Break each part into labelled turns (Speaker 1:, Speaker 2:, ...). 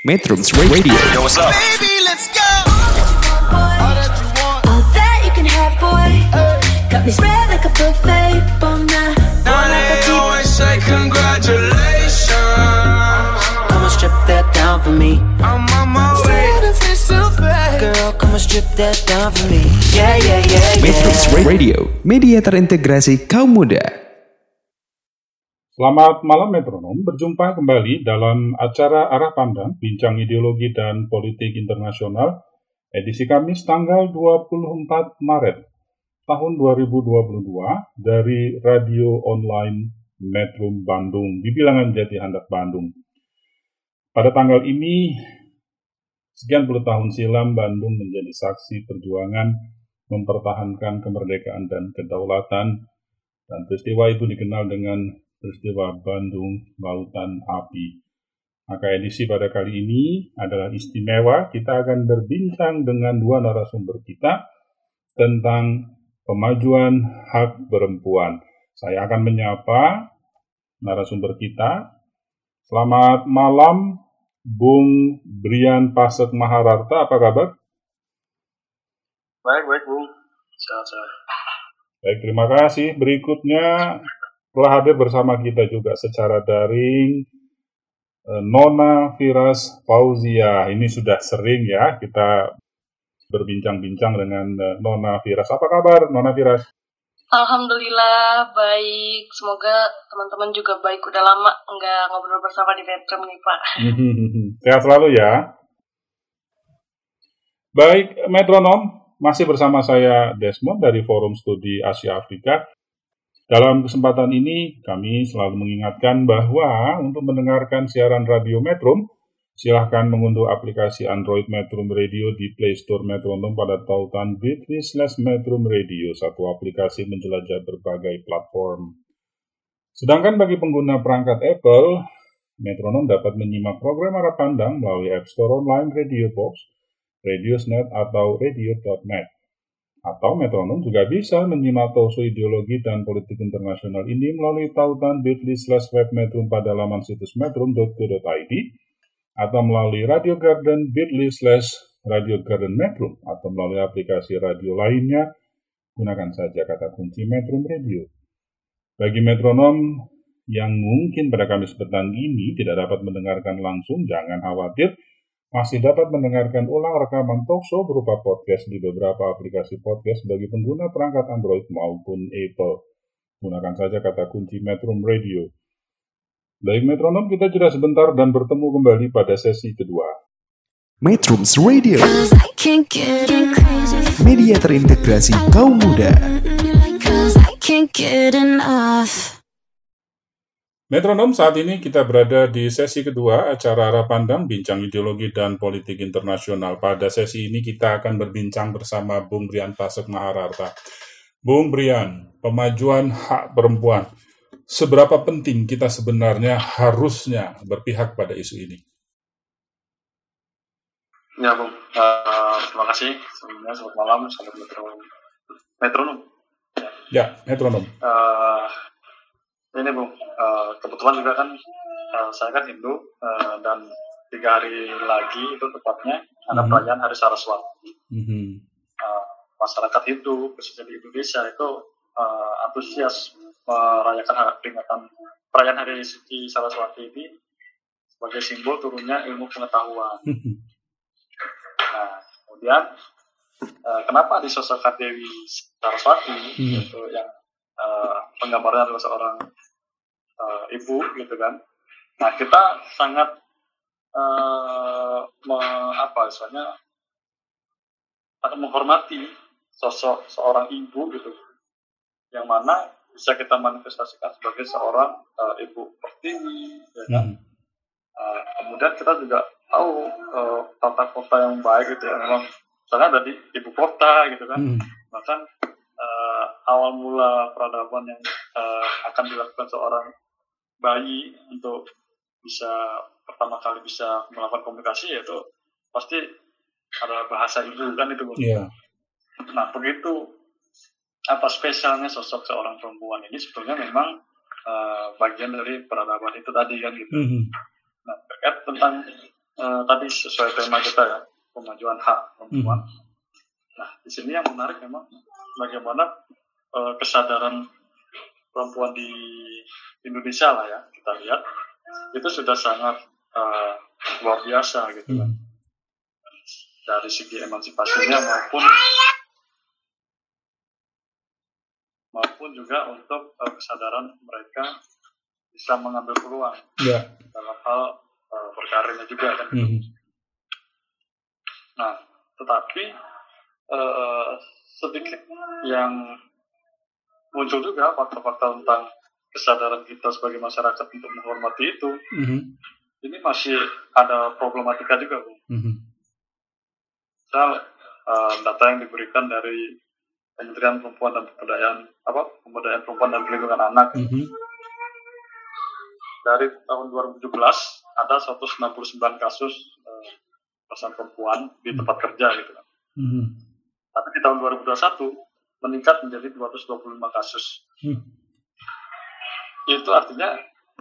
Speaker 1: Metrums Radio.
Speaker 2: Yo, what's up?
Speaker 3: Baby, let's go.
Speaker 4: All that you can have, boy. Got me spread like a buffet. Bon night.
Speaker 3: Now they always say congratulations.
Speaker 4: Come on, strip that down for me.
Speaker 3: I'm on my way.
Speaker 4: Girl, come on, strip that down for me. Yeah, yeah, yeah, yeah.
Speaker 1: Metrums Radio, media terintegrasi kaum muda.
Speaker 5: Selamat malam metronom, berjumpa kembali dalam acara Arah Pandang, Bincang Ideologi dan Politik Internasional, edisi Kamis tanggal 24 Maret tahun 2022 dari radio online Metrum Bandung di Bilangan Jati Handap Bandung. Pada tanggal ini, sekian puluh tahun silam Bandung menjadi saksi perjuangan mempertahankan kemerdekaan dan kedaulatan, dan peristiwa itu dikenal dengan peristiwa Bandung Lautan Api. Maka edisi pada kali ini adalah istimewa. Kita akan berbincang dengan dua narasumber kita tentang pemajuan hak perempuan. Saya akan menyapa narasumber kita. Selamat malam, Bung Brian Pasek Mahararta. Apa kabar?
Speaker 6: Baik, Bung. Sehat-sehat.
Speaker 5: Baik, terima kasih. Berikutnya telah hadir bersama kita juga secara daring Nona Firas Fauzia. Ini sudah sering ya kita berbincang-bincang dengan Nona Firas. Apa kabar Nona Firas?
Speaker 7: Alhamdulillah baik. Semoga teman-teman juga baik. Udah lama nggak ngobrol bersama di Metrum nih Pak.
Speaker 5: Sehat selalu ya. Baik, metronom, masih bersama saya Desmond dari Forum Studi Asia Afrika. Dalam kesempatan ini, kami selalu mengingatkan bahwa untuk mendengarkan siaran radio Metrum, silahkan mengunduh aplikasi Android Metrum Radio di Play Store Metronom pada tautan bit.ly/Metrum Radio, satu aplikasi menjelajah berbagai platform. Sedangkan bagi pengguna perangkat Apple, Metronom dapat menyimak program Arah Pandang melalui App Store Online Radio Box, Radiosnet, atau Radio.net. Atau metronom juga bisa menyimak talkshow ideologi dan politik internasional ini melalui tautan bit.ly/webmetrum pada laman situs metrum.co.id atau melalui Radio Garden bit.ly/Radio Garden Metrum atau melalui aplikasi radio lainnya. Gunakan saja kata kunci Metrum Radio. Bagi metronom yang mungkin pada Kamis petang ini tidak dapat mendengarkan langsung, jangan khawatir. Masih dapat mendengarkan ulang rekaman talkshow berupa podcast di beberapa aplikasi podcast bagi pengguna perangkat Android maupun Apple. Gunakan saja kata kunci Metrum Radio. Baik metronom, kita jeda sebentar dan bertemu kembali pada sesi kedua.
Speaker 1: Metrums Radio, media terintegrasi kaum muda.
Speaker 5: Metronom, saat ini kita berada di sesi kedua acara Arah Pandang, Bincang Ideologi dan Politik Internasional. Pada sesi ini kita akan berbincang bersama Bung Brian Pasek Mahararta. Bung Brian, pemajuan hak perempuan. Seberapa penting kita sebenarnya harusnya berpihak pada isu ini?
Speaker 6: Ya, Bung. Terima kasih. Sebelumnya, selamat malam. Salam metronom.
Speaker 5: Ya, metronom.
Speaker 6: Ini Bung, kebetulan juga kan saya kan Hindu dan 3 hari lagi itu tepatnya ada perayaan Hari Saraswati. Masyarakat Hindu khususnya di Indonesia itu antusias merayakan perayaan Hari Suci Saraswati ini sebagai simbol turunnya ilmu pengetahuan. Nah, kemudian kenapa disosokkan Dewi Saraswati itu yang penggambarannya adalah seorang ibu gitu kan. Nah, kita sangat sangat menghormati sosok seorang ibu gitu, yang mana bisa kita manifestasikan sebagai seorang ibu pertiwi ya kan. Kemudian kita juga tahu tata kota yang baik gitu ya, memang misalnya ada di ibu kota gitu kan. Bahkan awal mula peradaban yang akan dilakukan seorang bayi untuk pertama kali bisa melakukan komunikasi, yaitu pasti ada bahasa ibu kan itu.
Speaker 5: Yeah.
Speaker 6: Nah, begitu apa spesialnya sosok seorang perempuan ini sebetulnya memang bagian dari peradaban itu tadi kan gitu. Nah, terkait tentang tadi sesuai tema kita ya, pemajuan hak perempuan. Nah, di sini yang menarik memang bagaimana kesadaran perempuan di Indonesia lah ya, kita lihat itu sudah sangat luar biasa gitu kan. Dari segi emansipasinya maupun juga untuk kesadaran mereka bisa mengambil peluang dalam hal berkarirnya juga kan. Nah, tetapi sedikit yang muncul juga fakta-fakta tentang kesadaran kita sebagai masyarakat untuk menghormati itu. Ini masih ada problematika juga, Bu. Misal data yang diberikan dari Kementerian Perempuan dan Pemberdayaan Perempuan dan Perlindungan Anak. Dari tahun 2017 ada 169 kasus kekerasan perempuan di tempat kerja gitu kan. Tapi di tahun 2021 meningkat menjadi 225 kasus. Itu artinya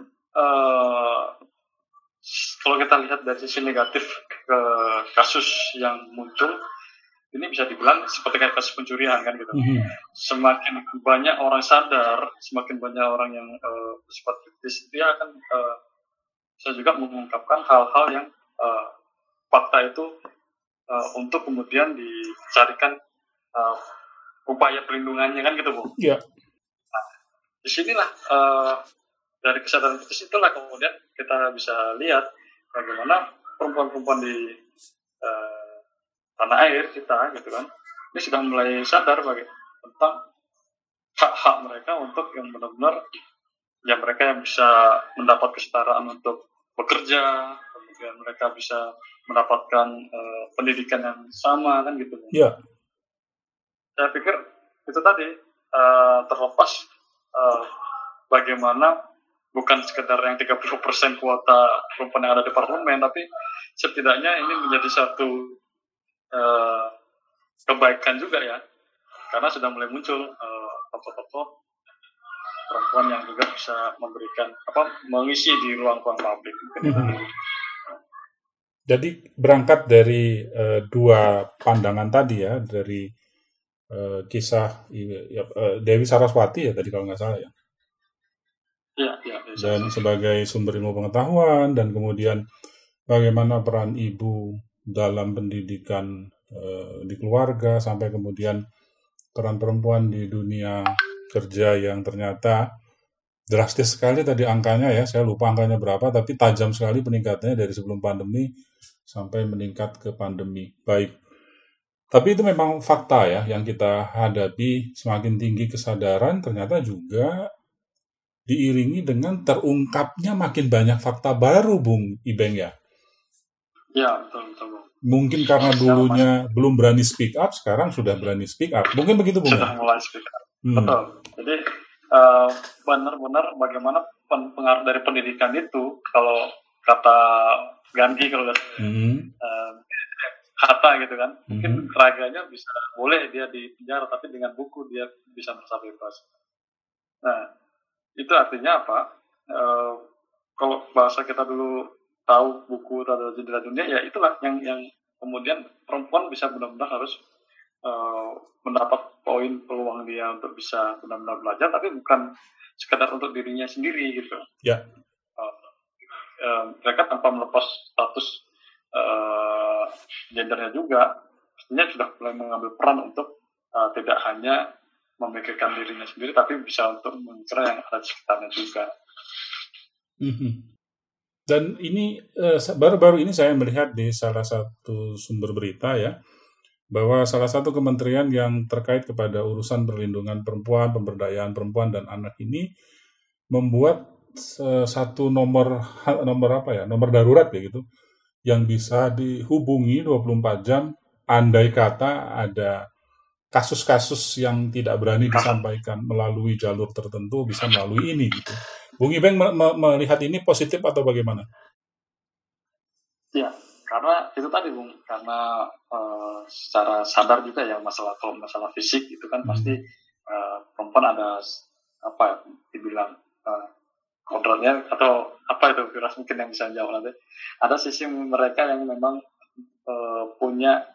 Speaker 6: kalau kita lihat dari sisi negatif ke kasus yang muncul, ini bisa dibilang seperti kayak kasus pencurian kan gitu. Semakin banyak orang sadar, semakin banyak orang yang bersifat kritis, dia akan bisa juga mengungkapkan hal-hal yang fakta itu untuk kemudian dicarikan upaya perlindungannya kan gitu, Bu.
Speaker 5: Iya.
Speaker 6: Nah, disinilah dari kesadaran kritis itulah kemudian kita bisa lihat bagaimana perempuan-perempuan di tanah air kita gitu kan, ini sudah mulai sadar tentang hak-hak mereka untuk yang benar-benar ya mereka yang bisa mendapat kesetaraan untuk bekerja, kemudian mereka bisa mendapatkan pendidikan yang sama kan gitu.
Speaker 5: Iya.
Speaker 6: Saya pikir itu tadi terlepas bagaimana bukan sekedar yang 30% kuota perempuan yang ada di parlemen, tapi setidaknya ini menjadi satu kebaikan juga ya, karena sudah mulai muncul tokoh-tokoh perempuan yang juga bisa memberikan mengisi di ruang-ruang publik.
Speaker 5: Jadi berangkat dari dua pandangan tadi ya, dari kisah Dewi Saraswati ya tadi kalau nggak salah ya.
Speaker 6: Ya,
Speaker 5: dan sebagai sumber ilmu pengetahuan, dan kemudian bagaimana peran ibu dalam pendidikan di keluarga, sampai kemudian peran perempuan di dunia kerja yang ternyata drastis sekali tadi angkanya ya, saya lupa angkanya berapa, tapi tajam sekali peningkatannya dari sebelum pandemi sampai meningkat ke pandemi. Baik. Tapi itu memang fakta ya yang kita hadapi, semakin tinggi kesadaran ternyata juga diiringi dengan terungkapnya makin banyak fakta baru, Bung Ibeng ya.
Speaker 6: Ya, betul.
Speaker 5: Mungkin karena dulunya belum berani speak up, sekarang sudah berani speak up. Mungkin begitu, Bung.
Speaker 6: Sudah mulai speak up. Betul. Jadi benar-benar bagaimana pengaruh dari pendidikan itu, kalau kata Gandhi kalau kata gitu kan, mungkin raganya bisa boleh dia di penjara, tapi dengan buku dia bisa merasa bebas. Nah, itu artinya apa? Kalau bahasa kita dulu tahu buku Tanda Jendela Dunia, ya itulah yang kemudian perempuan bisa benar-benar harus mendapat poin peluang dia untuk bisa benar-benar belajar, tapi bukan sekedar untuk dirinya sendiri gitu.
Speaker 5: Ya.
Speaker 6: Mereka tanpa melepas status gendernya juga, artinya sudah mulai mengambil peran untuk tidak hanya memikirkan dirinya sendiri, tapi bisa untuk memikirkan yang ada di sekitarnya juga.
Speaker 5: Dan ini baru-baru ini saya melihat di salah satu sumber berita ya, bahwa salah satu kementerian yang terkait kepada urusan perlindungan perempuan, pemberdayaan perempuan dan anak ini membuat satu nomor darurat begitu, yang bisa dihubungi 24 jam andai kata ada kasus-kasus yang tidak berani disampaikan melalui jalur tertentu, bisa melalui ini gitu. Bung Ibeng melihat ini positif atau bagaimana?
Speaker 6: Ya, karena itu tadi Bung, karena secara sadar juga ya masalah fisik itu kan pasti perempuan ada dibilang kodratnya atau apa itu Firas mungkin yang bisa jawab nanti. Ada sisi mereka yang memang punya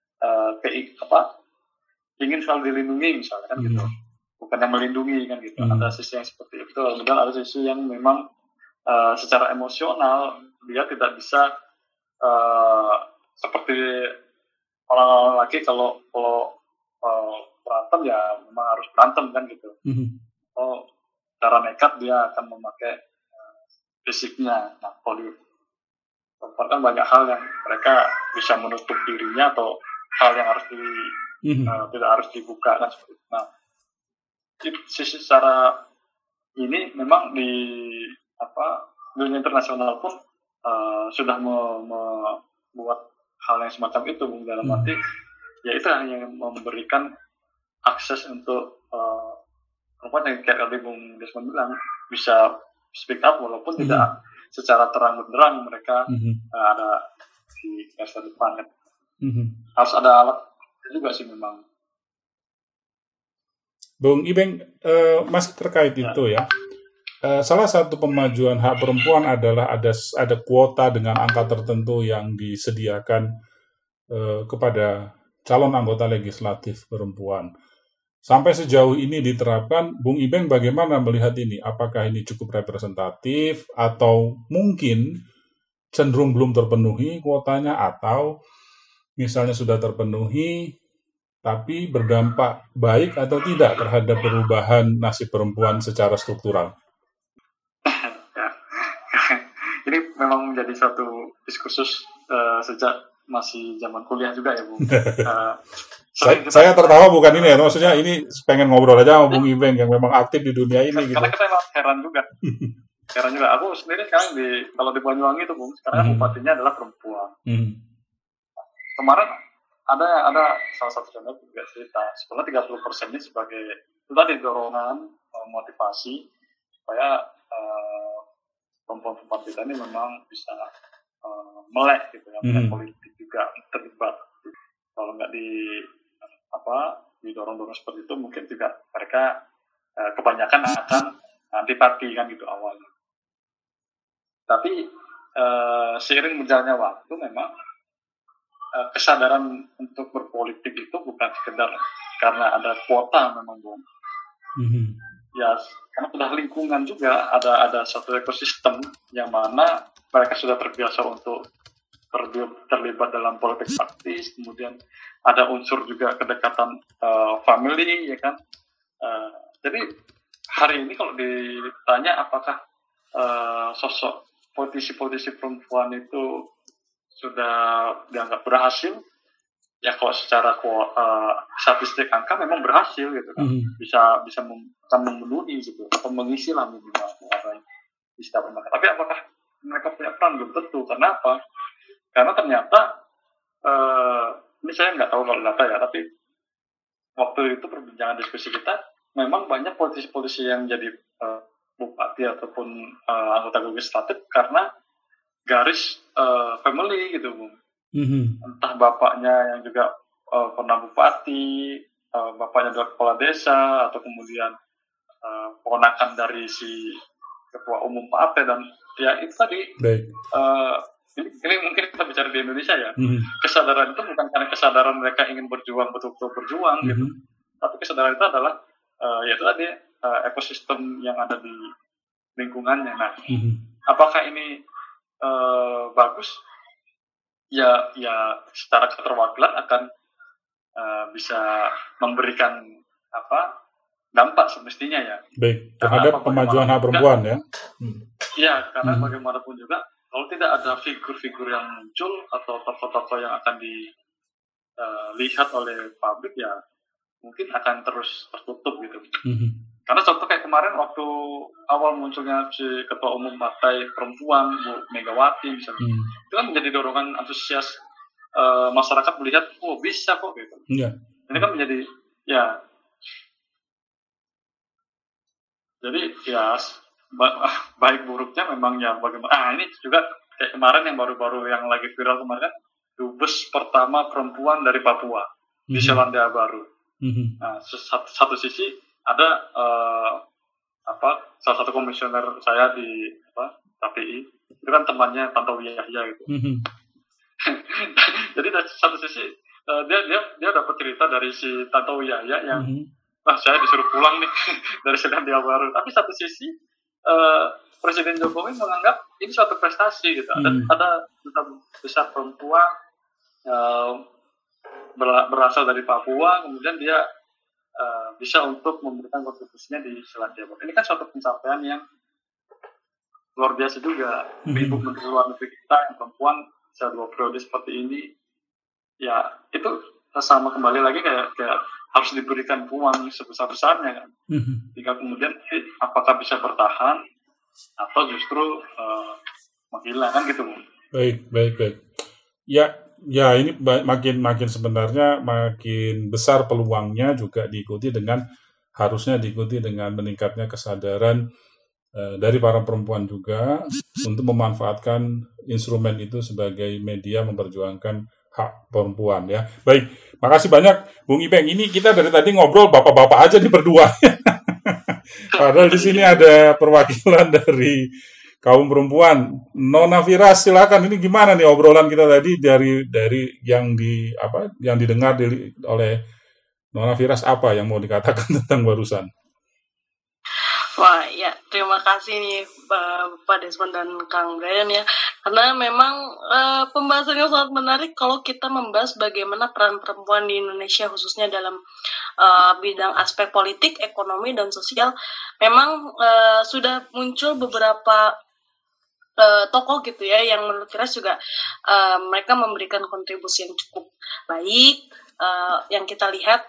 Speaker 6: ingin selalu dilindungi misalnya kan gitu, bukan yang melindungi kan gitu. Ada sisi yang seperti itu, kemudian ada sisi yang memang secara emosional dia tidak bisa seperti orang laki kalau berantem ya memang harus berantem kan gitu. Secara nekat dia akan memakai fisiknya. Nah, kalau di perempuan kan banyak hal yang mereka bisa menutup dirinya atau hal yang harus tidak harus dibuka kan seperti itu. Nah, sisi secara ini memang di dunia internasional pun sudah membuat hal yang semacam itu dalam arti ya itu hanya memberikan akses untuk perempuan yang kayak tadi Bung Desmond bilang bisa speak up walaupun tidak secara terang benderang mereka ada di garda depan kan. Harus ada alat juga sih memang.
Speaker 5: Bung Ibeng, masih terkait itu ya. Salah satu pemajuan hak perempuan adalah ada kuota dengan angka tertentu yang disediakan kepada calon anggota legislatif perempuan. Sampai sejauh ini diterapkan, Bung Ibeng bagaimana melihat ini? Apakah ini cukup representatif atau mungkin cenderung belum terpenuhi kuotanya atau misalnya sudah terpenuhi tapi berdampak baik atau tidak terhadap perubahan nasib perempuan secara struktural?
Speaker 6: Ini memang menjadi suatu diskursus sejak masih zaman kuliah juga ya, Bung.
Speaker 5: Saya tertawa bukan ini ya, maksudnya ini pengen ngobrol aja sama Bung Ibeng yang memang aktif di dunia ini gitu.
Speaker 6: Karena kita memang heran juga. Aku sendiri sekarang kalau di Banyuwangi itu, Bung, sekarang bupatinya adalah perempuan. Kemarin ada salah satu channel juga cerita, sebenarnya 30% ini sebagai itu tadi dorongan motivasi supaya perempuan-perempuan kita ini memang bisa melek gitu ya, politik juga terlibat. Kalau nggak didorong-dorong seperti itu, mungkin juga mereka kebanyakan akan antipati kan gitu awalnya. Tapi seiring berjalannya waktu memang kesadaran untuk berpolitik itu bukan sekedar karena ada kuota memang, Bung. Ya, karena sudah lingkungan juga ada suatu ekosistem yang mana mereka sudah terbiasa untuk terlibat dalam politik praktis, kemudian ada unsur juga kedekatan family, ya kan. Jadi hari ini kalau ditanya apakah sosok politisi-politisi perempuan itu sudah dianggap berhasil, ya kalau secara statistik angka memang berhasil gitu kan, bisa memenuhi gitu atau mengisi lah minimal di setiap lembaga. Tapi apakah mereka punya peran? Belum tentu. Kenapa? Karena ternyata ini saya nggak tahu kalau data ya, tapi waktu itu perbincangan diskusi kita memang banyak politisi-politisi yang jadi bupati ataupun anggota legislatif karena garis family gitu, Bung. Entah bapaknya yang juga pernah bupati, bapaknya adalah kepala desa, atau kemudian ponakan dari si ketua umum partai, dan ya itu tadi. Ini mungkin kita bicara di Indonesia ya. Kesadaran itu bukan karena kesadaran mereka ingin berjuang betul-betul berjuang gitu, tapi kesadaran itu adalah yaitu tadi ekosistem yang ada di lingkungannya. Nah, apakah ini bagus? Ya secara keterwakilan akan bisa memberikan dampak semestinya ya.
Speaker 5: Baik, terhadap kemajuan hak perempuan ya.
Speaker 6: Iya, karena bagaimanapun juga kalau tidak ada figur-figur yang muncul atau tokoh-tokoh yang akan dilihat oleh publik, ya mungkin akan terus tertutup gitu. Karena contoh kayak kemarin waktu awal munculnya si ketua umum partai perempuan Bu Megawati misalnya, itu kan menjadi dorongan antusias masyarakat melihat, oh bisa kok gitu. Ini kan menjadi jadi baik buruknya memang ya bagaimana. Ini juga kayak kemarin yang baru-baru yang lagi viral kemarin kan, dubes pertama perempuan dari Papua di Selandia Baru. Nah, satu sisi ada salah satu komisioner saya di KPI itu kan temannya Tantowi Yahya gitu. Jadi dari satu sisi dia dapat cerita dari si Tantowi Yahya yang saya disuruh pulang nih dari Selandia Baru. Tapi satu sisi Presiden Jokowi menganggap ini suatu prestasi gitu. Ada duta besar perempuan berasal dari Papua, kemudian dia bisa untuk memberikan kontribusinya di Selandia Baru. Ini kan suatu pencapaian yang luar biasa juga. Ibu Menteri Luar Negeri kita yang perempuan bisa 2 periode seperti ini, ya itu sama kembali lagi kayak harus diberikan peluang sebesar-besarnya kan. Jika kemudian apakah bisa bertahan atau justru menghilang kan gitu.
Speaker 5: Baik. Ya ini makin sebenarnya makin besar peluangnya juga harusnya diikuti dengan meningkatnya kesadaran dari para perempuan juga untuk memanfaatkan instrumen itu sebagai media memperjuangkan hak perempuan ya. Baik, makasih banyak Bung Ipeng. Ini kita dari tadi ngobrol bapak-bapak aja di berdua. Padahal di sini ada perwakilan dari kaum perempuan. Nona Firas, silakan. Ini gimana nih obrolan kita tadi dari yang didengar oleh Nona Firas, apa yang mau dikatakan tentang barusan?
Speaker 7: Wah, ya terima kasih nih Pak Desmond dan Kang Brian ya. Karena memang pembahasannya sangat menarik kalau kita membahas bagaimana peran perempuan di Indonesia khususnya dalam bidang aspek politik, ekonomi, dan sosial. Memang sudah muncul beberapa tokoh gitu ya yang menurut Firas juga mereka memberikan kontribusi yang cukup baik. Yang kita lihat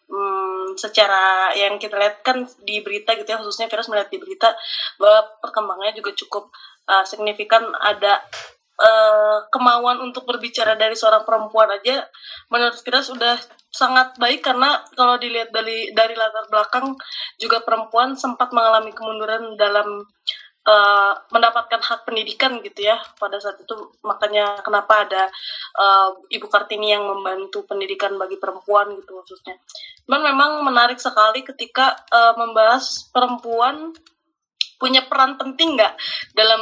Speaker 7: secara yang kita lihat kan di berita gitu ya, khususnya Firas melihat di berita bahwa perkembangannya juga cukup signifikan. Ada kemauan untuk berbicara dari seorang perempuan aja menurut Firas sudah sangat baik, karena kalau dilihat dari latar belakang juga perempuan sempat mengalami kemunduran dalam mendapatkan hak pendidikan gitu ya pada saat itu. Makanya kenapa ada Ibu Kartini yang membantu pendidikan bagi perempuan gitu khususnya. Cuman memang menarik sekali ketika membahas perempuan punya peran penting nggak dalam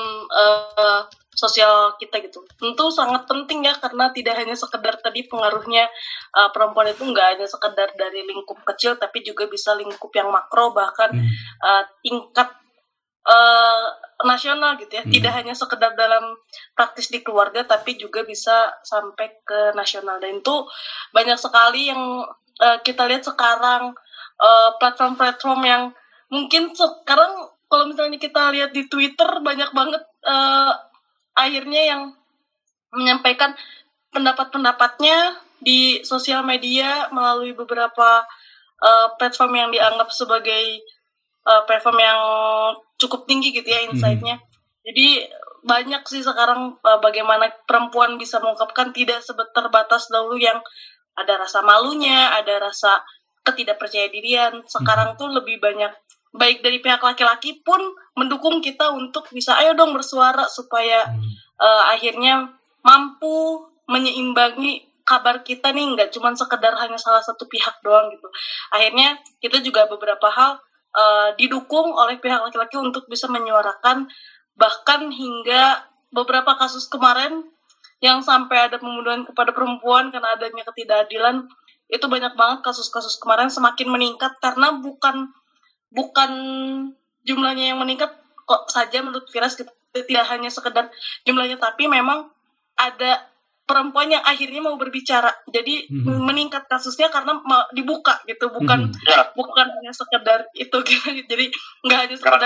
Speaker 7: sosial kita gitu. Tentu sangat penting ya, karena tidak hanya sekedar tadi pengaruhnya perempuan itu nggak hanya sekedar dari lingkup kecil, tapi juga bisa lingkup yang makro, bahkan tingkat nasional gitu ya. Tidak hanya sekedar dalam praktis di keluarga, tapi juga bisa sampai ke nasional. Dan itu banyak sekali yang kita lihat sekarang, platform-platform yang mungkin sekarang kalau misalnya kita lihat di Twitter banyak banget akhirnya yang menyampaikan pendapat-pendapatnya di sosial media melalui beberapa platform yang dianggap sebagai platform yang cukup tinggi gitu ya insight-nya. Jadi banyak sih sekarang bagaimana perempuan bisa mengungkapkan, tidak terbatas dahulu yang ada rasa malunya, ada rasa ketidakpercayadirian. Sekarang tuh lebih banyak, baik dari pihak laki-laki pun mendukung kita untuk bisa ayo dong bersuara supaya akhirnya mampu menyeimbangi kabar kita nih, nggak cuma sekedar hanya salah satu pihak doang gitu. Akhirnya kita juga beberapa hal didukung oleh pihak laki-laki untuk bisa menyuarakan, bahkan hingga beberapa kasus kemarin yang sampai ada pembunuhan kepada perempuan karena adanya ketidakadilan. Itu banyak banget kasus-kasus kemarin semakin meningkat, karena bukan jumlahnya yang meningkat kok saja menurut Firas, tidak hanya sekedar jumlahnya, tapi memang ada perempuan yang akhirnya mau berbicara. Jadi meningkat kasusnya karena dibuka gitu, bukan hanya sekedar itu gitu. Jadi nggak hanya sekedar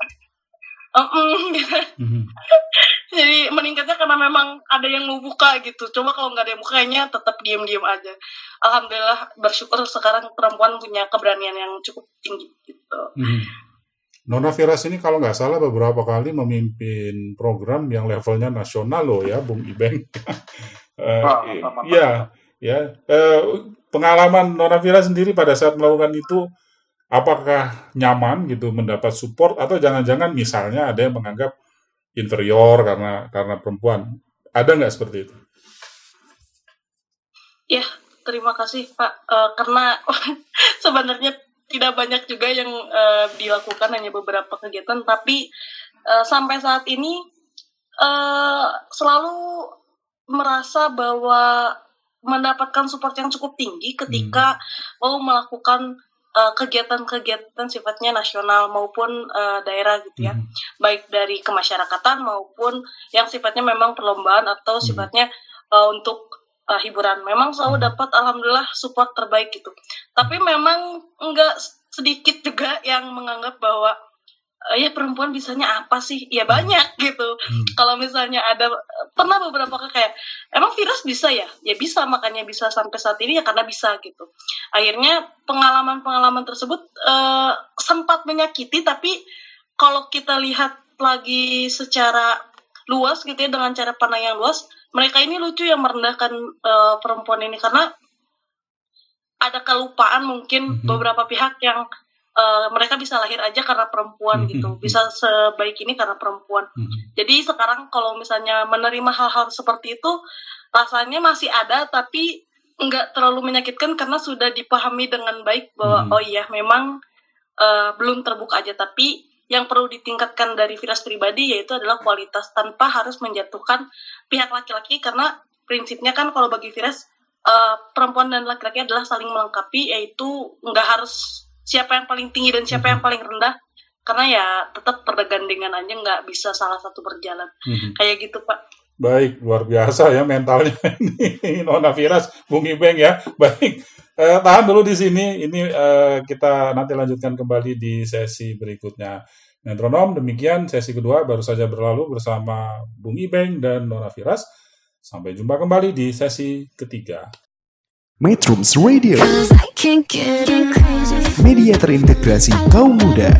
Speaker 7: gitu. Jadi meningkatnya karena memang ada yang mau buka gitu. Coba kalau nggak ada yang buka, kayaknya tetap diam-diam aja. Alhamdulillah, bersyukur sekarang perempuan punya keberanian yang cukup tinggi gitu.
Speaker 5: Nona Firas ini kalau nggak salah beberapa kali memimpin program yang levelnya nasional loh ya, Bung Ibeng. Pengalaman Nona Firas sendiri pada saat melakukan itu, apakah nyaman gitu mendapat support, atau jangan-jangan misalnya ada yang menganggap inferior karena perempuan? Ada nggak seperti itu?
Speaker 7: Ya, terima kasih Pak. Karena sebenarnya tidak banyak juga yang dilakukan, hanya beberapa kegiatan, tapi sampai saat ini selalu merasa bahwa mendapatkan support yang cukup tinggi ketika mau melakukan kegiatan-kegiatan sifatnya nasional maupun daerah gitu ya, baik dari kemasyarakatan maupun yang sifatnya memang perlombaan atau sifatnya untuk hiburan. Memang selalu dapat alhamdulillah support terbaik gitu. Tapi memang enggak sedikit juga yang menganggap bahwa ya perempuan bisanya apa sih? Ya banyak gitu. Kalau misalnya ada pernah beberapa kayak emang Firas bisa ya? Ya bisa, makanya bisa sampai saat ini ya karena bisa gitu. Akhirnya pengalaman-pengalaman tersebut sempat menyakiti, tapi kalau kita lihat lagi secara luas gitu ya, dengan cara pandang yang luas, mereka ini lucu yang merendahkan perempuan ini karena ada kelupaan mungkin beberapa pihak yang mereka bisa lahir aja karena perempuan gitu, bisa sebaik ini karena perempuan. Jadi sekarang kalau misalnya menerima hal-hal seperti itu rasanya masih ada, tapi nggak terlalu menyakitkan karena sudah dipahami dengan baik bahwa oh iya memang belum terbuka aja, tapi yang perlu ditingkatkan dari Firas pribadi yaitu adalah kualitas tanpa harus menjatuhkan pihak laki-laki, karena prinsipnya kan kalau bagi Firas perempuan dan laki-laki adalah saling melengkapi, yaitu nggak harus siapa yang paling tinggi dan siapa yang paling rendah, karena ya tetap bergandengan aja, nggak bisa salah satu berjalan. Kayak gitu Pak.
Speaker 5: Baik, luar biasa ya mentalnya ini Nona Firas, Bung Ibeng ya. Baik, tahan dulu di sini. Ini kita nanti lanjutkan kembali di sesi berikutnya. Metronom, demikian sesi kedua baru saja berlalu bersama Bung Ibeng dan Nona Firas. Sampai jumpa kembali di sesi ketiga.
Speaker 1: Metrums Radio, media terintegrasi kaum muda.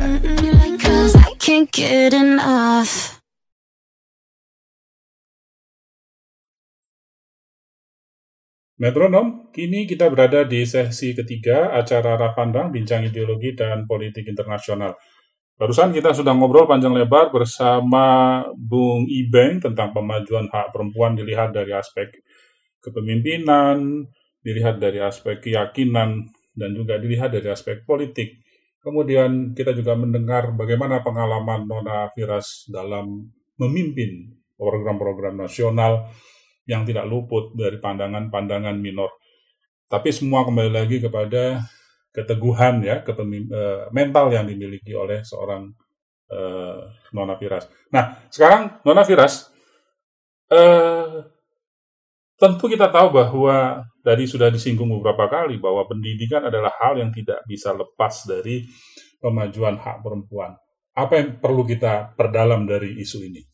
Speaker 5: Metronom, kini kita berada di sesi ketiga acara Arah Pandang Bincang Ideologi dan Politik Internasional. Barusan kita sudah ngobrol panjang lebar bersama Bung Ibeng tentang pemajuan hak perempuan dilihat dari aspek kepemimpinan, dilihat dari aspek keyakinan, dan juga dilihat dari aspek politik. Kemudian kita juga mendengar bagaimana pengalaman Nona Firas dalam memimpin program-program nasional yang tidak luput dari pandangan-pandangan minor. Tapi semua kembali lagi kepada keteguhan ya, mental yang dimiliki oleh seorang Nona Firas. Nah, sekarang Nona Firas, tentu kita tahu bahwa tadi sudah disinggung beberapa kali bahwa pendidikan adalah hal yang tidak bisa lepas dari pemajuan hak perempuan. Apa yang perlu kita perdalam dari isu ini?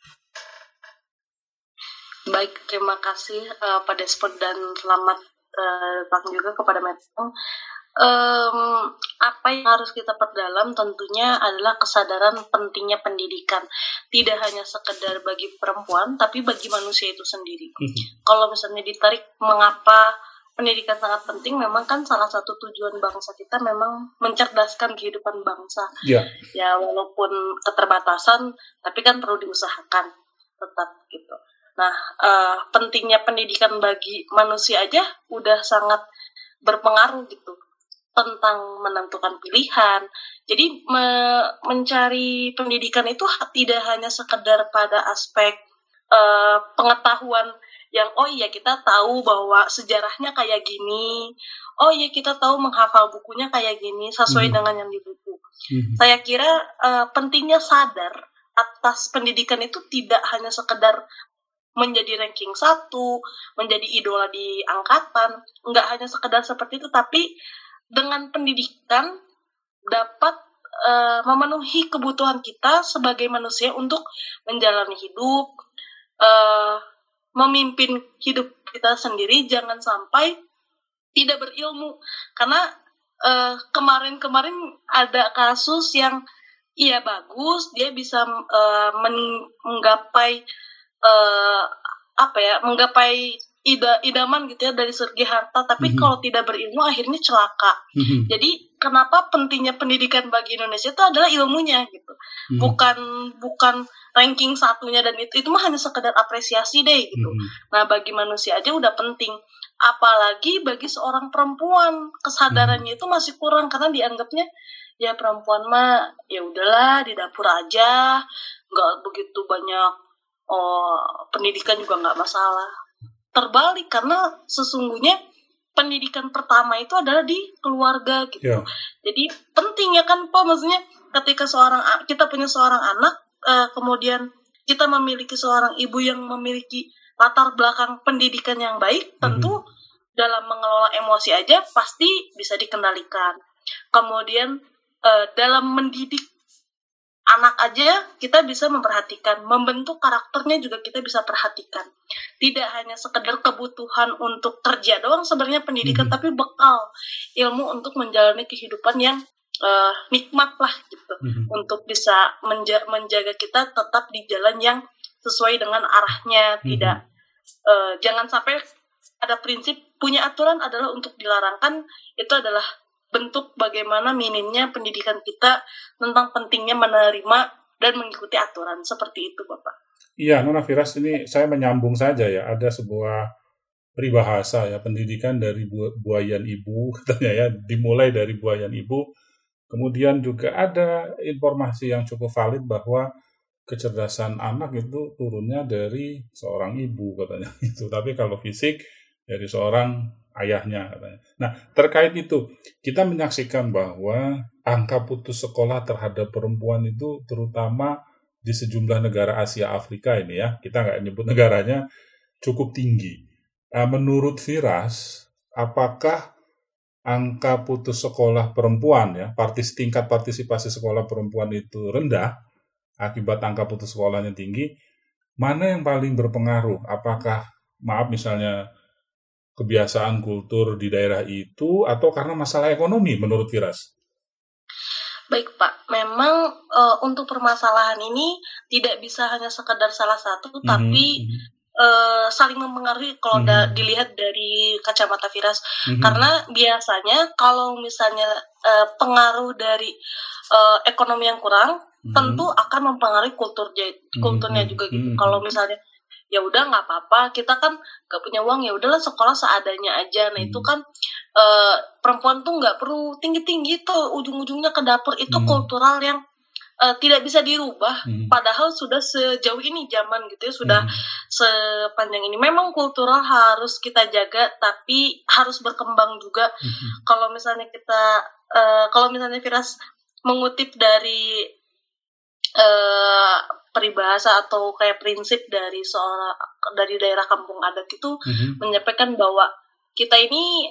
Speaker 7: Baik, terima kasih Pak Despot dan selamat datang juga kepada Metro. Apa yang harus kita perdalam tentunya adalah kesadaran pentingnya pendidikan, tidak hanya sekedar bagi perempuan tapi bagi manusia itu sendiri. Kalau misalnya ditarik mengapa pendidikan sangat penting, memang kan salah satu tujuan bangsa kita memang mencerdaskan kehidupan bangsa. Ya walaupun keterbatasan tapi kan perlu diusahakan tetap gitu. Nah, pentingnya pendidikan bagi manusia aja udah sangat berpengaruh gitu tentang menentukan pilihan. Jadi mencari pendidikan itu tidak hanya sekedar pada aspek pengetahuan yang oh iya kita tahu bahwa sejarahnya kayak gini, oh iya kita tahu menghafal bukunya kayak gini sesuai dengan yang di buku. Saya kira pentingnya sadar atas pendidikan itu tidak hanya sekedar menjadi ranking 1, menjadi idola di angkatan, nggak hanya sekedar seperti itu, tapi dengan pendidikan dapat memenuhi kebutuhan kita sebagai manusia untuk menjalani hidup, memimpin hidup kita sendiri, jangan sampai tidak berilmu. Karena kemarin-kemarin ada kasus yang iya bagus, dia bisa menggapai idaman gitu ya dari segi harta, tapi kalau tidak berilmu akhirnya celaka. Jadi kenapa pentingnya pendidikan bagi Indonesia itu adalah ilmunya gitu, bukan ranking satunya, dan itu mah hanya sekedar apresiasi deh gitu. Nah bagi manusia aja udah penting, apalagi bagi seorang perempuan kesadarannya itu masih kurang karena dianggapnya ya perempuan mah ya udahlah di dapur aja, nggak begitu banyak pendidikan juga nggak masalah. Terbalik, karena sesungguhnya pendidikan pertama itu adalah di keluarga gitu. Jadi penting ya kan Pak, maksudnya ketika kita punya seorang anak, kemudian kita memiliki seorang ibu yang memiliki latar belakang pendidikan yang baik, tentu dalam mengelola emosi aja pasti bisa dikendalikan. Kemudian dalam mendidik anak aja kita bisa memperhatikan, membentuk karakternya juga kita bisa perhatikan. Tidak hanya sekedar kebutuhan untuk kerja doang sebenarnya pendidikan, tapi bekal ilmu untuk menjalani kehidupan yang nikmat lah gitu, untuk bisa menjaga kita tetap di jalan yang sesuai dengan arahnya. Tidak jangan sampai ada prinsip punya aturan adalah untuk dilarangkan. Itu adalah bentuk bagaimana minimnya pendidikan kita tentang pentingnya menerima dan mengikuti aturan. Seperti itu Bapak.
Speaker 5: Iya, Nona Firas, ini saya menyambung saja ya. Ada sebuah peribahasa ya, pendidikan dari buayan ibu katanya ya, dimulai dari buayan ibu. Kemudian juga ada informasi yang cukup valid bahwa kecerdasan anak itu turunnya dari seorang ibu katanya itu. Tapi kalau fisik dari seorang ayahnya katanya. Nah, terkait itu kita menyaksikan bahwa angka putus sekolah terhadap perempuan itu terutama di sejumlah negara Asia Afrika ini ya, kita nggak nyebut negaranya, cukup tinggi. Menurut Firas, apakah angka putus sekolah perempuan ya, tingkat partisipasi sekolah perempuan itu rendah akibat angka putus sekolahnya tinggi? Mana yang paling berpengaruh? Apakah misalnya kebiasaan kultur di daerah itu, atau karena masalah ekonomi menurut Firas?
Speaker 7: Baik Pak, memang untuk permasalahan ini tidak bisa hanya sekedar salah satu, tapi saling mempengaruhi kalau dilihat dari kacamata Firas. Karena biasanya kalau misalnya pengaruh dari ekonomi yang kurang, tentu akan mempengaruhi kulturnya juga gitu. Kalau misalnya ya udah nggak apa-apa, kita kan nggak punya uang, ya udahlah sekolah seadanya aja. Nah itu kan perempuan tuh nggak perlu tinggi-tinggi tuh, ujung-ujungnya ke dapur. Itu kultural yang tidak bisa dirubah. Padahal sudah sejauh ini zaman gitu ya, sudah sepanjang ini. Memang kultural harus kita jaga, tapi harus berkembang juga. Kalau misalnya Firas mengutip dari peribahasa atau kayak prinsip dari daerah kampung adat itu menyampaikan bahwa kita ini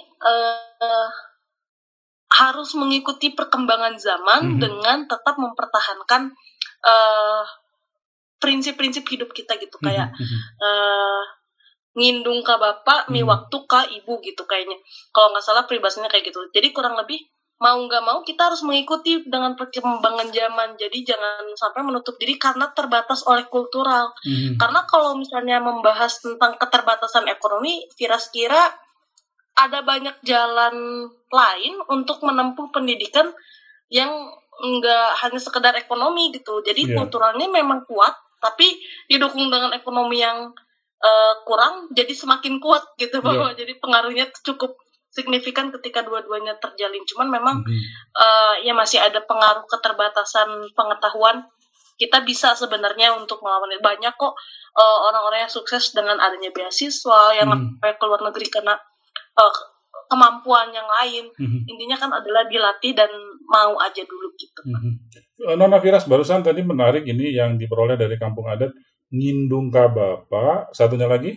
Speaker 7: harus mengikuti perkembangan zaman dengan tetap mempertahankan prinsip-prinsip hidup kita gitu, kayak ngindung ka bapak, mi waktu ka ibu gitu kayaknya. Kalau nggak salah peribahasanya kayak gitu. Jadi kurang lebih mau nggak mau kita harus mengikuti dengan perkembangan zaman. Jadi jangan sampai menutup diri karena terbatas oleh kultural. Karena kalau misalnya membahas tentang keterbatasan ekonomi, Firas kira ada banyak jalan lain untuk menempuh pendidikan yang nggak hanya sekedar ekonomi gitu. Jadi kulturalnya memang kuat, tapi didukung dengan ekonomi yang kurang, jadi semakin kuat gitu bahwa jadi pengaruhnya cukup signifikan ketika dua-duanya terjalin. Cuman memang ya masih ada pengaruh keterbatasan pengetahuan. Kita bisa sebenarnya untuk melawan. Banyak kok orang-orang yang sukses dengan adanya beasiswa yang sampai ke luar negeri karena kemampuan yang lain. Intinya kan adalah dilatih dan mau aja dulu gitu.
Speaker 5: Nona Firas, barusan tadi menarik ini yang diperoleh dari kampung adat, ngindung ka bapak, satunya lagi?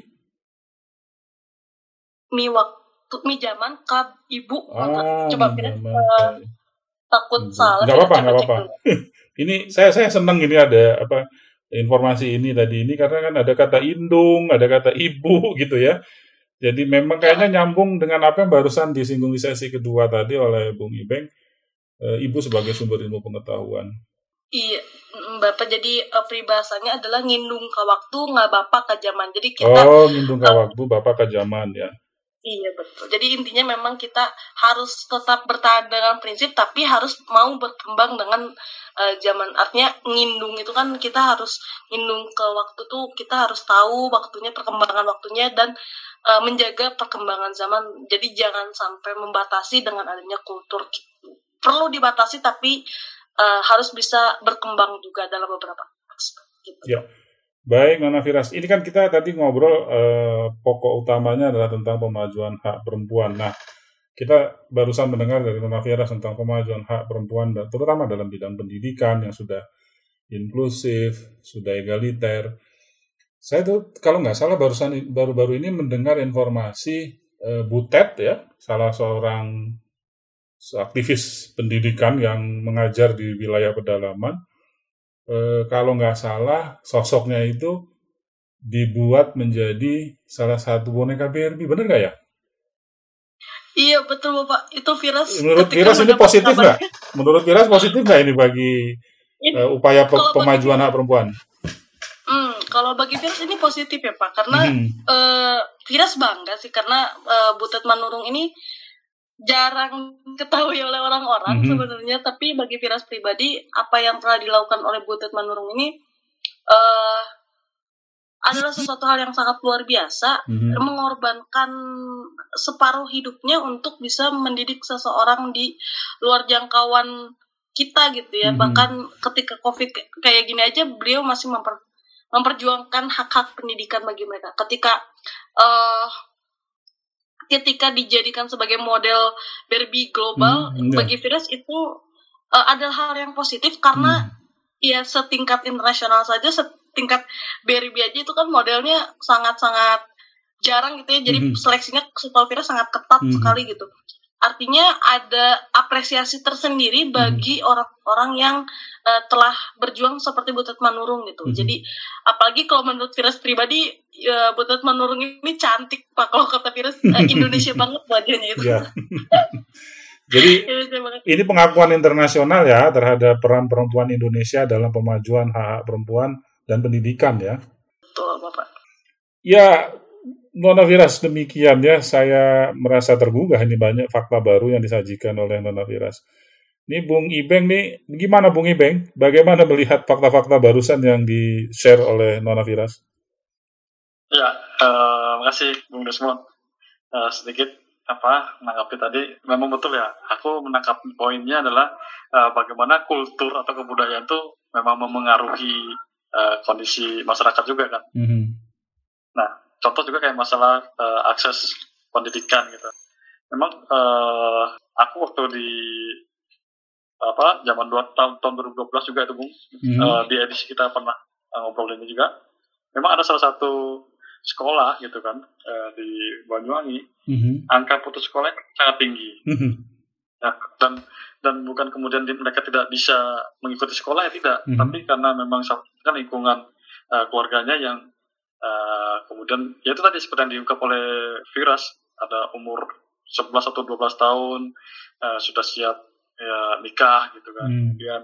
Speaker 7: Mi zaman ka ibu. Coba Firas takut salah.
Speaker 5: Nggak apa-apa. Ini saya senang ini ada informasi ini tadi ini, karena kan ada kata indung, ada kata ibu gitu ya. Jadi memang kayaknya nyambung dengan apa yang barusan disinggung di sesi kedua tadi oleh Bung Ibeng, ibu sebagai sumber ilmu pengetahuan.
Speaker 7: Iya, Bapak jadi peribahasanya adalah ngindung ke waktu, nggak bapak ke zaman. Jadi kita
Speaker 5: Ngindung ke waktu, bapak ke zaman ya.
Speaker 7: iya betul. Jadi intinya memang kita harus tetap bertahan dengan prinsip, tapi harus mau berkembang dengan zaman. Artinya ngindung itu kan kita harus ngindung ke waktu tuh kita harus tahu waktunya, perkembangan waktunya, dan menjaga perkembangan zaman. Jadi jangan sampai membatasi dengan adanya kultur. Perlu dibatasi, tapi harus bisa berkembang juga dalam beberapa aspek. Gitu.
Speaker 5: Ya. Baik, Nona Firas. Ini kan kita tadi ngobrol pokok utamanya adalah tentang pemajuan hak perempuan. Nah, kita barusan mendengar dari Nona Firas tentang pemajuan hak perempuan, terutama dalam bidang pendidikan yang sudah inklusif, sudah egaliter. Saya tuh kalau nggak salah baru-baru ini mendengar informasi Butet ya, salah seorang aktivis pendidikan yang mengajar di wilayah pedalaman. Kalau nggak salah sosoknya itu dibuat menjadi salah satu boneka Barbie, bener nggak ya?
Speaker 7: Iya betul Bapak, itu Firas.
Speaker 5: Menurut Firas ini positif nggak? Menurut Firas positif nggak ini bagi upaya pemajuan hak perempuan?
Speaker 7: Kalau bagi Firas ini positif ya Pak, karena Firas bangga sih karena Butet Manurung ini jarang ketahui oleh orang-orang sebenarnya, tapi bagi Firas pribadi apa yang telah dilakukan oleh Butet Manurung ini adalah sesuatu hal yang sangat luar biasa, mengorbankan separuh hidupnya untuk bisa mendidik seseorang di luar jangkauan kita gitu ya. Bahkan ketika COVID kayak gini aja beliau masih memperjuangkan hak-hak pendidikan bagi mereka. Ketika dijadikan sebagai model Barbie global, bagi Firas itu adalah hal yang positif karena ya setingkat internasional saja, setingkat Barbie aja itu kan modelnya sangat-sangat jarang gitu ya. Jadi seleksinya setahu Firas sangat ketat sekali gitu. Artinya ada apresiasi tersendiri bagi orang-orang yang telah berjuang seperti Butet Manurung gitu. Jadi apalagi kalau menurut Firas pribadi, Butet Manurung ini cantik Pak. Kalau kata Firas Indonesia banget wajahnya itu.
Speaker 5: Ya. Jadi ini pengakuan internasional ya terhadap peran perempuan Indonesia dalam pemajuan hak perempuan dan pendidikan ya.
Speaker 7: Betul Bapak.
Speaker 5: Ya, Nona Firas, demikian ya, saya merasa tergugah ini banyak fakta baru yang disajikan oleh Nona Firas. Ini Bung Ibeng nih, gimana Bung Ibeng? Bagaimana melihat fakta-fakta barusan yang di-share oleh Nona Firas?
Speaker 6: Ya, makasih Bung Desmond. Sedikit menanggapi tadi, memang betul ya, aku menangkap poinnya adalah bagaimana kultur atau kebudayaan itu memang memengaruhi kondisi masyarakat juga kan. Nah, contoh juga kayak masalah akses pendidikan gitu. Memang aku waktu di zaman tahun 2012 juga itu Bung, di edisi kita pernah ngobrol ini juga. Memang ada salah satu sekolah gitu kan di Banyuwangi, angka putus sekolah sangat tinggi. Ya, dan bukan kemudian mereka tidak bisa mengikuti sekolah ya tidak, tapi karena memang kan lingkungan keluarganya yang kemudian ya itu tadi seperti yang diungkap oleh Firas, ada umur 11 atau 12 tahun sudah siap ya nikah gitu kan. Kemudian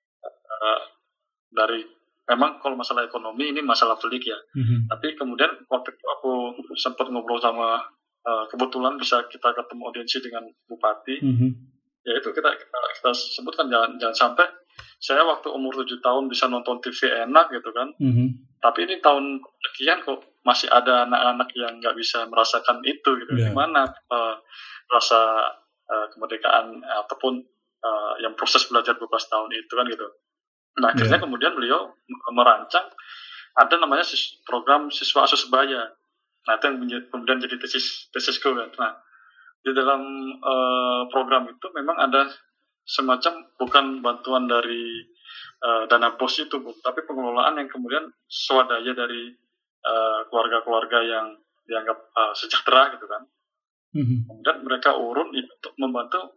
Speaker 6: dari memang kalau masalah ekonomi ini masalah pelik ya. Tapi kemudian waktu itu aku sempat ngobrol sama kebetulan bisa kita ketemu audiensi dengan bupati. Ya itu kita sebutkan jangan sampai saya waktu umur 7 tahun bisa nonton TV enak gitu kan. Tapi ini tahun sekian kok masih ada anak-anak yang nggak bisa merasakan itu gitu. Gimana rasa kemerdekaan ataupun yang proses belajar 12 tahun itu kan gitu. Nah akhirnya kemudian beliau merancang ada namanya program siswa asuh sebaya. Nah itu yang kemudian jadi tesisku kan. Nah di dalam program itu memang ada semacam bukan bantuan dari dana BOS itu, tapi pengelolaan yang kemudian swadaya dari keluarga-keluarga yang dianggap sejahtera gitu kan. Kemudian mereka urun untuk membantu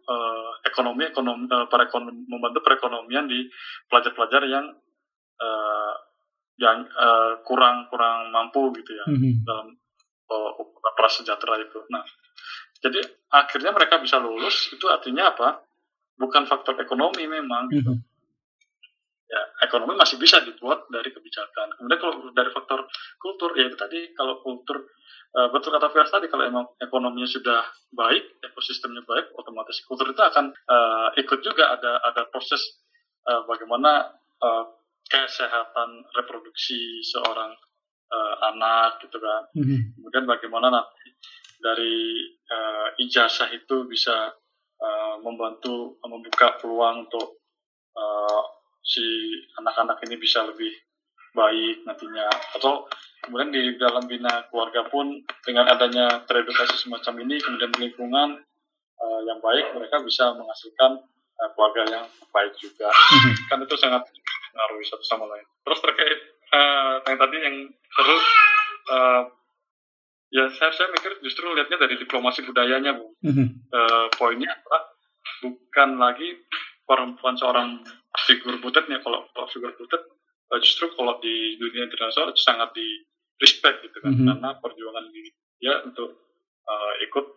Speaker 6: membantu perekonomian di pelajar-pelajar yang kurang mampu gitu ya dalam prasejahtera itu. Nah, jadi akhirnya mereka bisa lulus, itu artinya apa? Bukan faktor ekonomi memang. Gitu. ya ekonomi masih bisa dibuat dari kebijakan. Kemudian kalau dari faktor kultur, ya itu tadi, kalau kultur, betul kata Firas tadi, kalau emang ekonominya sudah baik, ekosistemnya baik, otomatis kultur itu akan ikut juga ada proses bagaimana kesehatan reproduksi seorang anak gitu kan. Kemudian bagaimana nanti dari ijazah itu bisa membantu membuka peluang untuk si anak-anak ini bisa lebih baik nantinya. Atau kemudian di dalam bina keluarga pun dengan adanya teredukasi semacam ini, kemudian lingkungan yang baik, mereka bisa menghasilkan keluarga yang baik juga. Kan itu sangat mengaruhi satu sama lain. Terus terkait yang tadi yang seru, ya saya mikir justru lihatnya dari diplomasi budayanya, Bu. Poinnya adalah bukan lagi perempuan seorang figur butetnya. Kalau figur butet justru kalau di dunia internasional itu sangat di respect gitu kan, karena perjuangan dia untuk ikut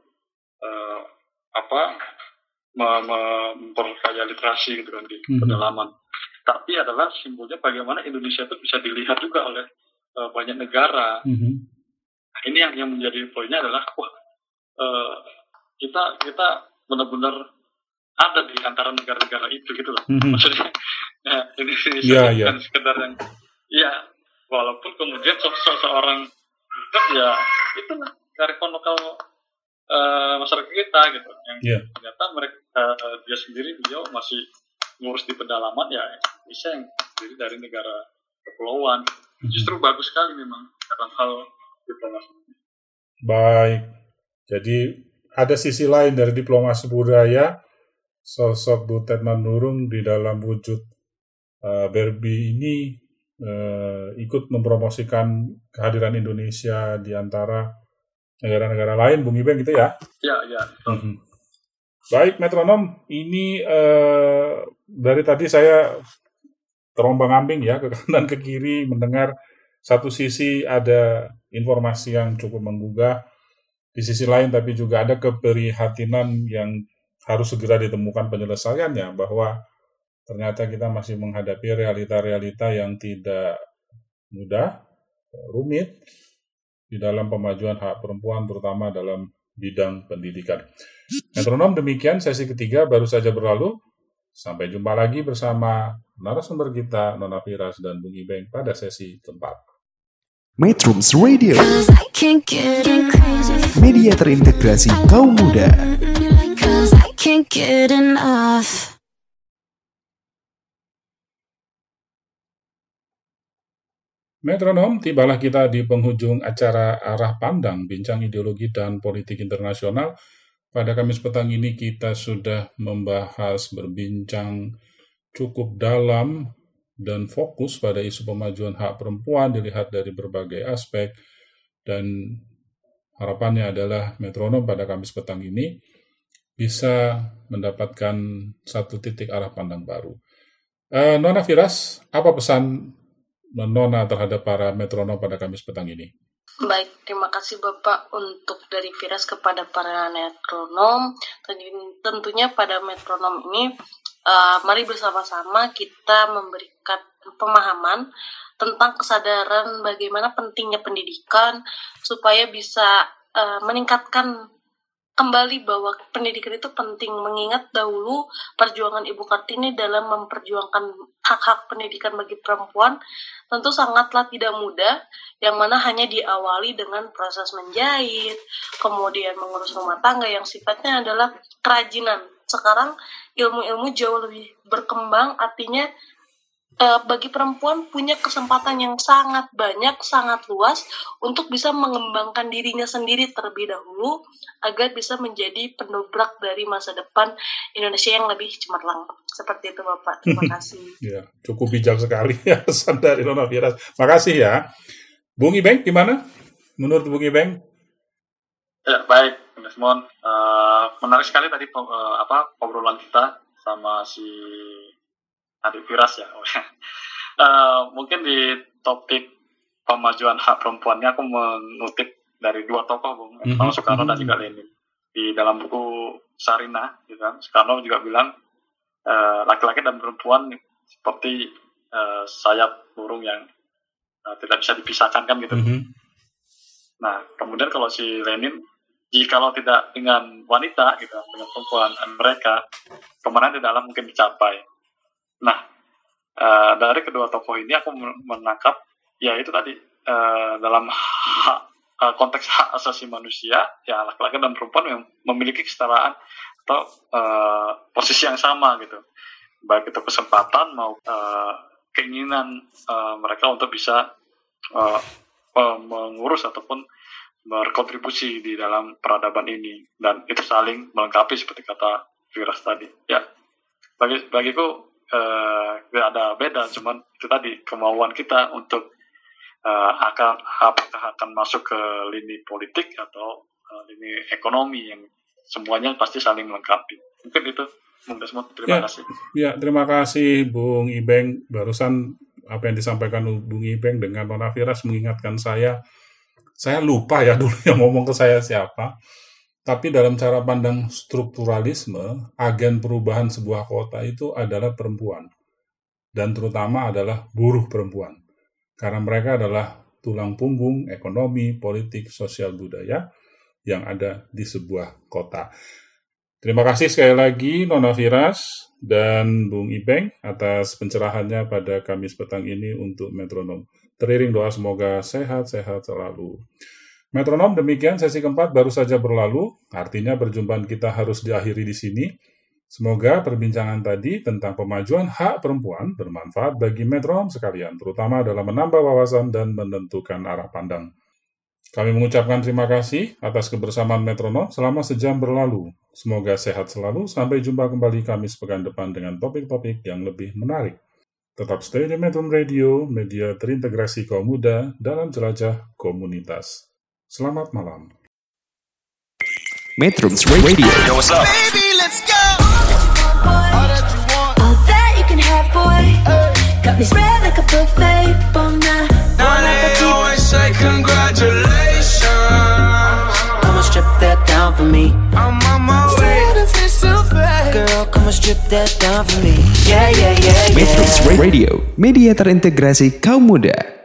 Speaker 6: memperkaya literasi gitu kan di pedalaman. Tapi adalah simbolnya bagaimana Indonesia itu bisa dilihat juga oleh banyak negara. Nah, ini yang menjadi poinnya adalah kita benar-benar ada di antara negara-negara itu gitu loh. Maksudnya Indonesia bukan sekedar yang walaupun kemudian seorang ya itulah kearifan lokal masyarakat kita gitu, yang ternyata mereka dia sendiri masih ngurus di pedalaman, ya bisa yang sendiri dari negara kepulauan. Justru bagus sekali memang dalam hal diplomasi.
Speaker 5: Baik, jadi ada sisi lain dari diplomasi budaya. Sosok Butet Manurung di dalam wujud Barbie ini ikut mempromosikan kehadiran Indonesia di antara negara-negara lain, Bung Ibeng gitu ya?
Speaker 6: Iya.
Speaker 5: Baik, metronom, ini dari tadi saya terombang-ambing ya, ke kanan ke kiri, mendengar satu sisi ada informasi yang cukup menggugah, di sisi lain tapi juga ada keprihatinan yang harus segera ditemukan penyelesaiannya, bahwa ternyata kita masih menghadapi realita-realita yang tidak mudah, rumit, di dalam pemajuan hak perempuan, terutama dalam bidang pendidikan. Metronom, demikian sesi ketiga baru saja berlalu. Sampai jumpa lagi bersama narasumber kita, Nona Firas dan Bung Ibeng pada sesi keempat.
Speaker 1: Metrums Radio, media terintegrasi kaum muda.
Speaker 4: Can't get enough.
Speaker 5: Metronom, tibalah kita di penghujung acara Arah Pandang, Bincang Ideologi dan Politik Internasional. Pada Kamis petang ini kita sudah membahas, berbincang cukup dalam dan fokus pada isu pemajuan hak perempuan dilihat dari berbagai aspek, dan harapannya adalah metronom pada Kamis petang ini bisa mendapatkan satu titik arah pandang baru. Nona Firas, apa pesan Nona terhadap para metronom pada Kamis petang ini?
Speaker 7: Baik, terima kasih Bapak untuk dari Firas kepada para metronom. Tentunya pada metronom ini, mari bersama-sama kita memberikan pemahaman tentang kesadaran bagaimana pentingnya pendidikan supaya bisa meningkatkan kembali bahwa pendidikan itu penting, mengingat dahulu perjuangan Ibu Kartini dalam memperjuangkan hak-hak pendidikan bagi perempuan tentu sangatlah tidak mudah, yang mana hanya diawali dengan proses menjahit, kemudian mengurus rumah tangga yang sifatnya adalah kerajinan. Sekarang ilmu-ilmu jauh lebih berkembang, artinya bagi perempuan punya kesempatan yang sangat banyak, sangat luas untuk bisa mengembangkan dirinya sendiri terlebih dahulu agar bisa menjadi pendobrak dari masa depan Indonesia yang lebih cemerlang. Seperti itu Bapak, terima kasih.
Speaker 5: Ya, cukup bijak sekali ya pesan dari Nona Firas. Makasih ya. Bung Ibeng, gimana? Menurut Bung Ibeng?
Speaker 6: Ya, baik, Mas Mon. Menarik sekali tadi obrolan kita sama si Adik Firas ya. Mungkin di topik pemajuan hak perempuannya aku mengutip dari dua tokoh, Bung, Soekarno dan juga Lenin. Di dalam buku Sarina, gitu kan, Soekarno juga bilang laki-laki dan perempuan seperti sayap burung yang tidak bisa dipisahkan kan gitu. Nah, kemudian kalau si Lenin, jikalau tidak dengan wanita gitu, dengan perempuan mereka, kemenangan tidaklah mungkin dicapai. Nah, dari kedua tokoh ini aku menangkap, ya itu tadi, dalam konteks hak asasi manusia, ya laki-laki dan perempuan yang memiliki kesetaraan atau posisi yang sama gitu, baik itu kesempatan maupun keinginan mereka untuk bisa mengurus ataupun berkontribusi di dalam peradaban ini, dan itu saling melengkapi seperti kata Firas tadi. Ya, bagiku tidak ada beda, cuman itu tadi kemauan kita untuk apakah akan masuk ke lini politik atau lini ekonomi yang semuanya pasti saling melengkapi. Mungkin itu, Bung Desmond. Terima kasih.
Speaker 5: Ya, terima kasih Bung Ibeng. Barusan apa yang disampaikan Bung Ibeng dengan Nona Firas mengingatkan saya lupa ya dulu yang ngomong ke saya siapa. Tapi dalam cara pandang strukturalisme, agen perubahan sebuah kota itu adalah perempuan. Dan terutama adalah buruh perempuan. Karena mereka adalah tulang punggung ekonomi, politik, sosial, budaya yang ada di sebuah kota. Terima kasih sekali lagi Nona Firas dan Bung Ibeng atas pencerahannya pada Kamis petang ini untuk Metronom. Teriring doa semoga sehat-sehat selalu. Metronom, demikian sesi keempat baru saja berlalu, artinya perjumpaan kita harus diakhiri di sini. Semoga perbincangan tadi tentang pemajuan hak perempuan bermanfaat bagi metronom sekalian, terutama dalam menambah wawasan dan menentukan arah pandang. Kami mengucapkan terima kasih atas kebersamaan metronom selama sejam berlalu. Semoga sehat selalu, sampai jumpa kembali Kamis pekan depan dengan topik-topik yang lebih menarik. Tetap stay di Metrum Radio, media terintegrasi kaum muda dalam jelajah komunitas. Selamat malam.
Speaker 1: Metrum Radio.
Speaker 3: Yo, what's up?
Speaker 4: Baby, let's go. All that you can have, boy. Got me spread like a buffet.
Speaker 3: Now they always say congratulations.
Speaker 2: Come on, strip that down for me.
Speaker 3: I'm on my way.
Speaker 2: Girl, come on, strip that down for me. Yeah, yeah, yeah, yeah.
Speaker 1: Metrum Radio, media terintegrasi kaum muda.